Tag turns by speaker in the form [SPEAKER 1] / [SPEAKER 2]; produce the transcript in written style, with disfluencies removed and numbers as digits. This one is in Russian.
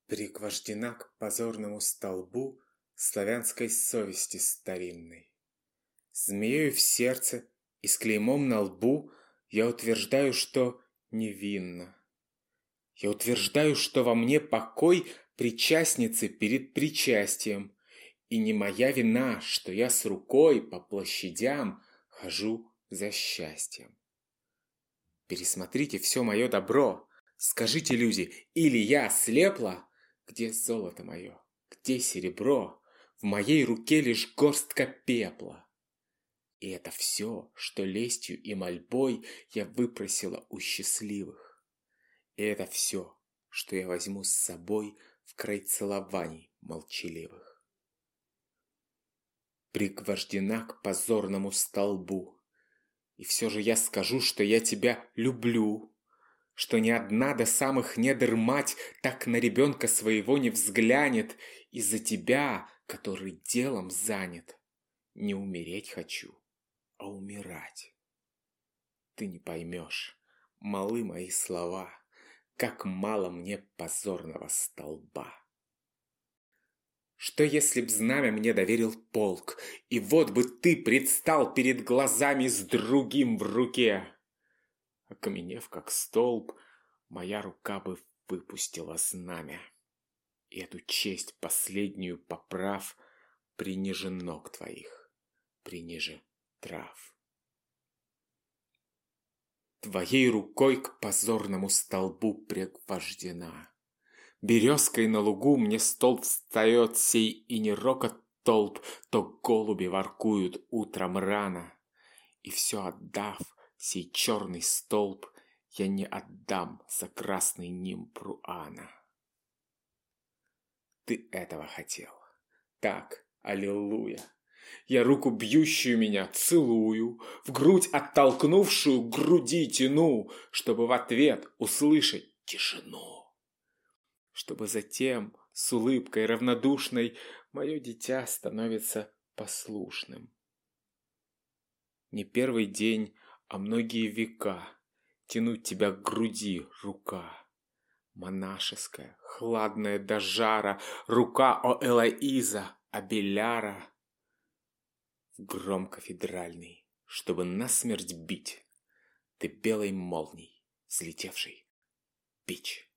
[SPEAKER 1] Пригвождена к позорному столбу славянской совести старинной. Змеей в сердце и с клеймом на лбу я утверждаю, что невинна. Я утверждаю, что во мне покой причастницы перед причастием, и не моя вина, что я с рукой по площадям хожу за счастьем. Пересмотрите все мое добро. Скажите, люди, или я слепла? Где золото мое? Где серебро? В моей руке лишь горстка пепла. И это все, что лестью и мольбой я выпросила у счастливых. И это все, что я возьму с собой в край целований молчаливых. Пригвождена к позорному столбу. И все же я скажу, что я тебя люблю, что ни одна до самых недр мать так на ребенка своего не взглянет, из-за тебя, который делом занят. Не умереть хочу, а умирать. Ты не поймешь, малы мои слова, как мало мне позорного столба. Что если б знамя мне доверил полк, и вот бы ты предстал перед глазами с другим в руке? Окаменев как столб, моя рука бы выпустила знамя. И эту честь последнюю поправ, приниже ног твоих, приниже трав. Твоей рукой к позорному столбу пригвождена. Березкой на лугу мне столб встает сей, и не рокот толп, то голуби воркуют утром рано. И все отдав, сей черный столб я не отдам за красный нимб Руана. Ты этого хотел. Так, аллилуйя. Я руку бьющую меня целую, в грудь оттолкнувшую к груди тяну, чтобы в ответ услышать тишину. Чтобы затем с улыбкой равнодушной мое дитя становится послушным. Не первый день, а многие века тянуть тебя к груди рука. Монашеская, хладная до жара, рука о Элоиза, Абеляра. В гром кафедральный, чтобы насмерть бить, ты белой молнией, взлетевший бич.